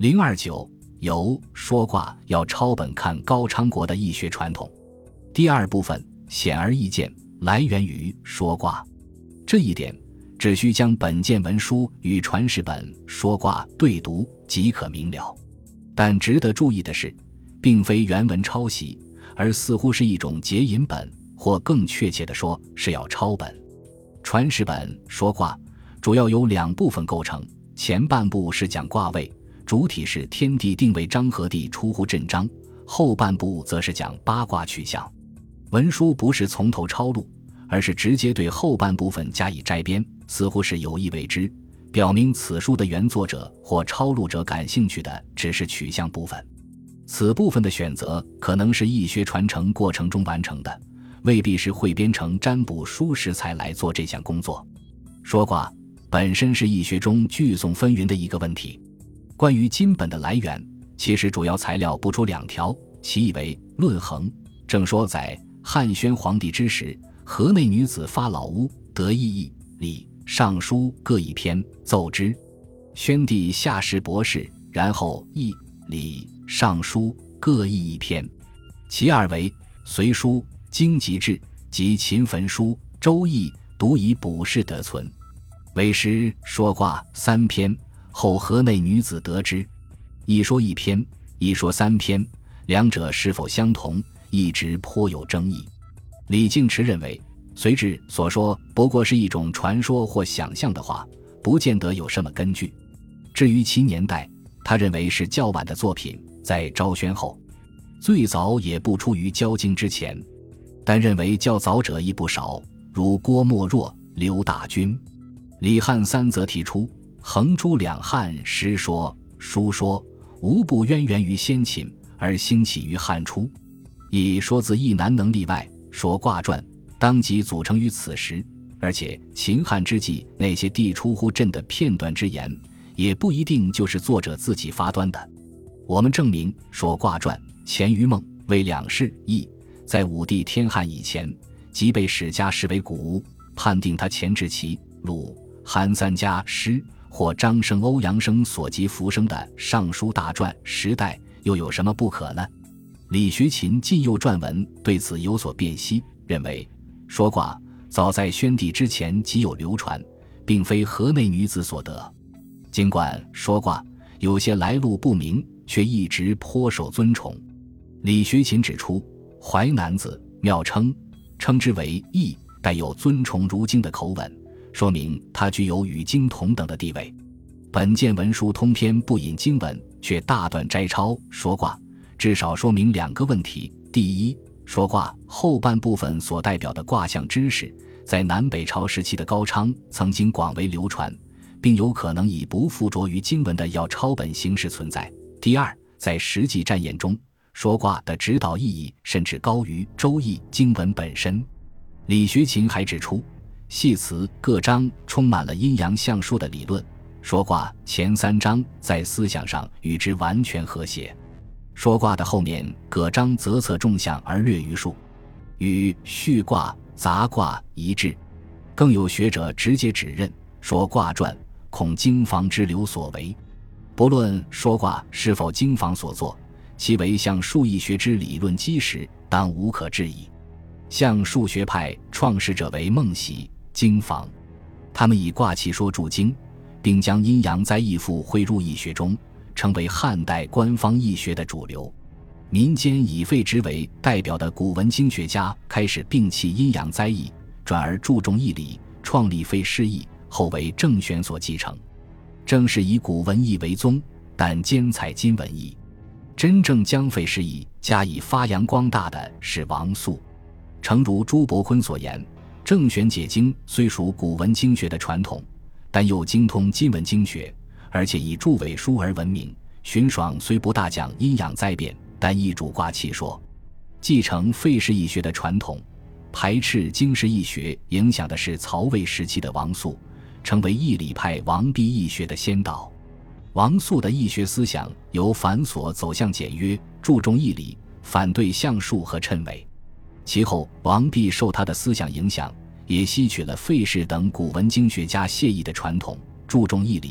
029说卦要抄本看高昌国的易学传统。第二部分显而易见，来源于说卦。这一点只需将本件文书与传世本说卦对读即可明了。但值得注意的是，并非原文抄袭，而似乎是一种结引本，或更确切地说是要抄本。传世本说卦主要由2部分构成，前半部是讲卦位，主体是天地定位章和地出乎震章，后半部则是讲八卦取象。文书不是从头抄录，而是直接对后半部分加以摘编，似乎是有意为之，表明此书的原作者或抄录者感兴趣的只是取象部分。此部分的选择可能是易学传承过程中完成的，未必是汇编成占卜书时才来做这项工作。说卦本身是易学中聚讼纷纭的一个问题。关于金本的来源，其实主要材料不出2条，其一为论衡。正说在汉宣皇帝之时，河内女子发老屋，得义礼尚书各一篇，奏之。宣帝下士博士，然后义礼尚书各译一篇。其二为隋书、经籍志及秦焚书、周易，独以卜筮得存。为师说卦3篇，后河内女子得之。一说1篇，一说3篇，两者是否相同，一直颇有争议。李敬池认为，隋志所说不过是一种传说或想象的话，不见得有什么根据。至于其年代，他认为是较晚的作品，在昭宣后，最早也不出于交经之前，但认为较早者亦不少，如郭沫若、刘大钧。李汉三则提出，衡诸两汉诗说、书说无不渊源于先秦，而兴起于汉初。以说字亦难能例外，说卦传当即组成于此时，而且秦汉之际那些地出乎朕的片段之言，也不一定就是作者自己发端的。我们证明说卦传前于孟魏两世易，在武帝天汉以前，即被史家视为古物，判定他前至齐、鲁、韩3家诗或张生、欧阳生所及浮生的尚书大传时代，又有什么不可呢？李学勤近右传文对此有所辨析，认为说卦早在宣帝之前即有流传，并非河内女子所得。尽管说卦有些来路不明，却一直颇受尊崇。李学勤指出，淮南子妙称之为易，带有尊崇如经的口吻，说明它具有与经同等的地位。本件文书通篇不引经文，却大段摘抄说卦，至少说明2个问题。第一，说卦后半部分所代表的卦象知识，在南北朝时期的高昌曾经广为流传，并有可能以不附着于经文的要抄本形式存在。第二，在实际战演中，说卦的指导意义甚至高于周易经文本身。李学勤还指出，系辞各章充满了阴阳象数的理论，说卦前3章在思想上与之完全和谐。说卦的后面各章则侧重象而略于数，与序卦、杂卦一致。更有学者直接指认说卦传恐经房之流所为。不论说卦是否经房所作，其为象数易学之理论基石，当无可置疑。象数学派创始者为孟喜、经房，他们以卦气说注经，并将阴阳灾易赋汇入易学中，成为汉代官方易学的主流。民间以费直为代表的古文经学家开始摒弃阴阳灾易，转而注重义理，创立费氏易，后为郑玄所继承。正是以古文义为宗，但兼采今文义。真正将费氏易加以发扬光大的是王肃。诚如朱伯坤所言，郑玄解经虽属古文经学的传统，但又精通今文经学，而且以著伪书而闻名。荀爽虽不大讲阴阳灾变，但亦主卦气说。继承费氏易学的传统，排斥经世易学影响的是曹魏时期的王肃，成为义理派王弼易学的先导。王肃的易学思想由繁琐走向简约，注重义理，反对象数和谶纬。其后王弼受他的思想影响，也吸取了费氏等古文经学家谢意的传统，注重义理，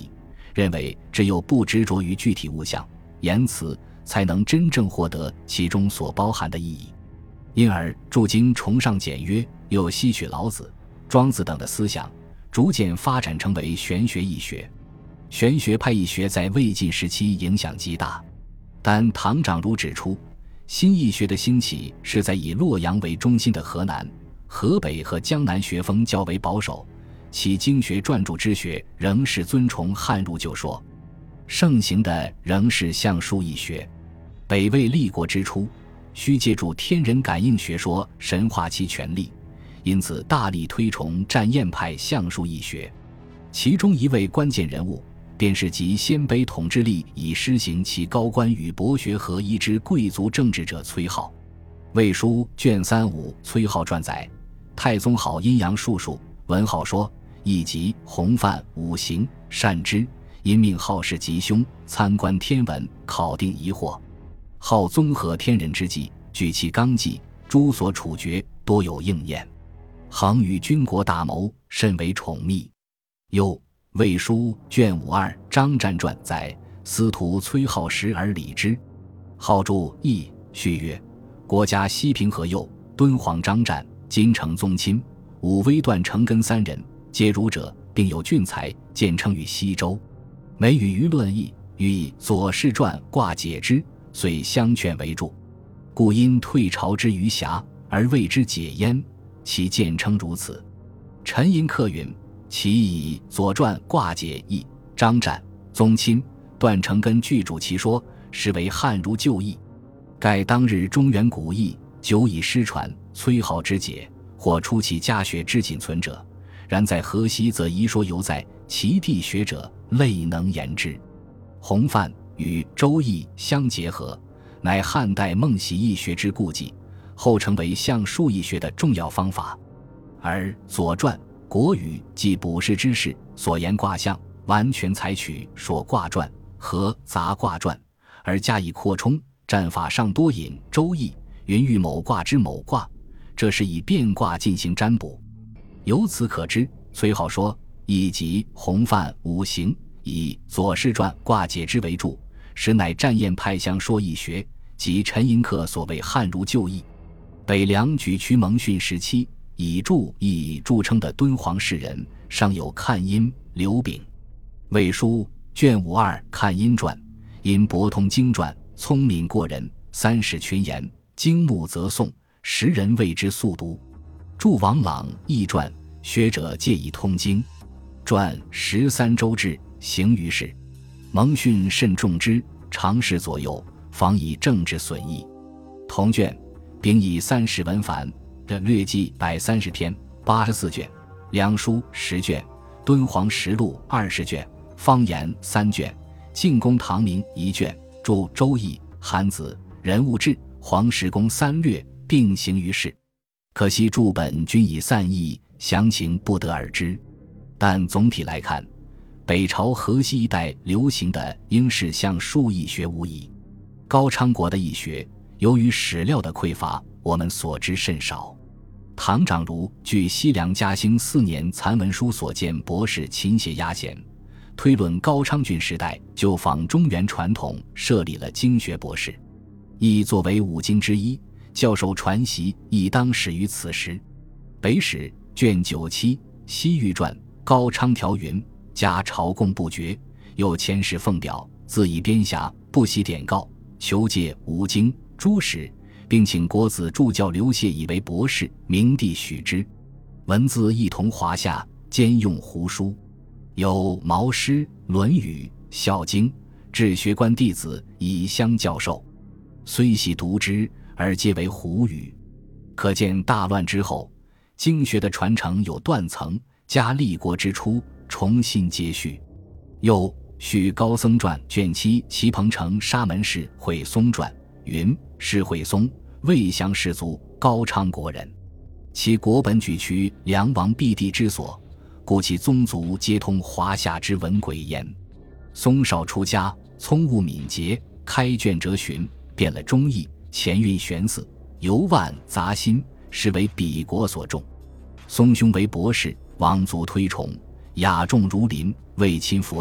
认为只有不执着于具体物象、言辞，才能真正获得其中所包含的意义。因而诸经崇尚简约，又吸取老子、庄子等的思想，逐渐发展成为玄学易学。玄学派易学在魏晋时期影响极大，但唐长儒指出，新易学的兴起是在以洛阳为中心的河南、河北和江南学风较为保守，其经学撰著之学仍是尊崇汉儒旧说，盛行的仍是相术易学。北魏立国之初，需借助天人感应学说神化其权力，因此大力推崇占验派相术易学。其中一位关键人物，便是集鲜卑统治力以施行其高官与博学合一之贵族政治者崔颢。魏书卷35崔颢传载，太宗好阴阳术数，闻颢说，亦即洪范五行，善之，因命颢氏吉凶，参观天文，考定疑惑。颢综合天人之际，据其纲纪，诸所处决多有应验。恒与军国大谋，甚为宠密。又魏书卷52张湛传载，司徒崔颢时而礼之。颢注义序曰：国家西平河右，敦煌张湛、金城宗亲、武威段成根三人，皆儒者，并有俊才，见称于西周。每与舆论议，予以左氏传挂解之，遂相劝为助。故因退朝之余暇，而谓之解焉，其见称如此。陈寅恪云，其以左传挂解义，张湛、宗亲、段成根具主其说，实为汉儒旧义。盖当日中原古义久已失传，崔颢之解，或出其家学之仅存者，然在河西则遗说犹在，其地学者类能言之。洪范与周易相结合，乃汉代孟习易学之故迹，后成为相术易学的重要方法。而左传、国语即卜筮之事所言卦象，完全采取说卦传和杂卦传，而加以扩充，战法上多引周易，云喻某卦之某卦，这是以变卦进行占卜。由此可知，崔颢说亦即洪范五行，以左氏传卦解之为注，实乃占验派相说易学，即陈寅恪所谓汉儒旧义。北凉举渠蒙逊时期，以注易著称的敦煌士人，尚有看阴、刘炳。魏书卷52看阴传，因博通经传，聪明过人，30群言，经目则诵，时人谓之速读。著王朗易传，学者借以通经。传13周至，行于世。蒙逊甚重之，常侍左右，防以政治损益。同卷，并以30文繁的略记130篇，84卷；梁书10卷，敦煌实录20卷，方言3卷，晋公唐明1卷，著周易、韩子、人物志、黄石公3略，并行于世。可惜著本均已散佚，详情不得而知。但总体来看，北朝河西一带流行的应是相术易学无疑。高昌国的易学，由于史料的匮乏，我们所知甚少。唐长儒据西凉嘉兴4年残文书所见博士勤写压弦，推论高昌郡时代就仿中原传统设立了经学博士，亦作为五经之一，教授传习亦当始于此时。北史卷97西域传高昌条云，加朝贡不绝，又遣使奉表，自以编匣，不惜典告，求借五经诸史，并请国子助教刘燮以为博士，明帝许之。文字一同华夏，兼用胡书，有毛诗、论语、孝经，治学官弟子以相教授，虽系读之，而皆为胡语。可见大乱之后，经学的传承有断层，加立国之初重新接续。又续高僧传卷7齐彭城沙门氏惠松传云，是惠松，魏降氏族，高昌国人，其国本举渠梁王避地之所，故其宗族皆通华夏之文轨焉。松少出家，聪悟敏捷，开卷哲询，变了忠义，前运玄思，游万杂心，是为彼国所重。松兄为博士，王族推崇，雅重如林，为亲佛礼，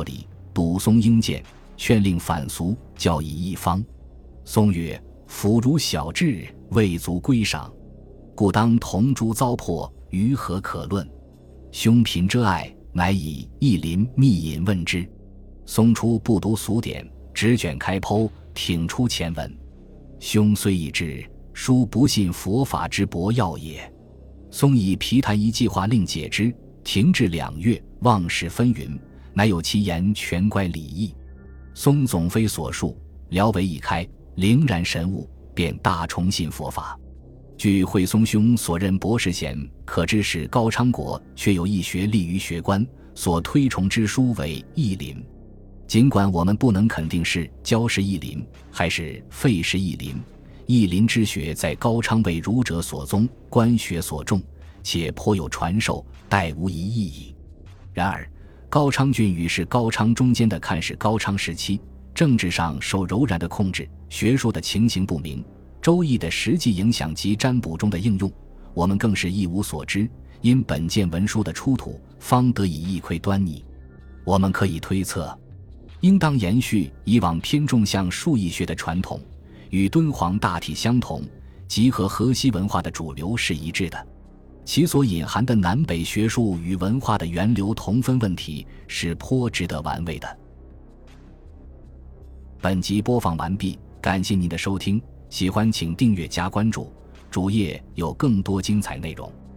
笃松应见，劝令反俗，教以一方。松曰：夫如小智，未足归赏，故当同诛糟粕，于何可论？兄贫遮爱，乃以义林密引问之。松初不读俗典，执卷开剖，挺出前文。兄虽已知，殊不信佛法之博要也。松以毗昙一计划令解之，停滞2月，妄事纷纭，乃有其言全乖礼义。松总非所述，辽为一开，灵然神悟，便大重信佛法。据惠松兄所任博士衔，可知是高昌国确有义学立于学官，所推崇之书为义林。尽管我们不能肯定是焦氏义林还是费氏义林，义林之学在高昌为儒者所宗，官学所重，且颇有传授，殆无一异矣。然而高昌郡与是高昌中间的看是高昌时期，政治上受柔然的控制，学术的情形不明，周易的实际影响及占卜中的应用，我们更是一无所知。因本件文书的出土，方得以一窥端倪。我们可以推测，应当延续以往偏重向数易学的传统，与敦煌大体相同，即和河西文化的主流是一致的。其所隐含的南北学术与文化的源流同分问题，是颇值得玩味的。本集播放完毕，感谢您的收听，喜欢请订阅加关注，主页有更多精彩内容。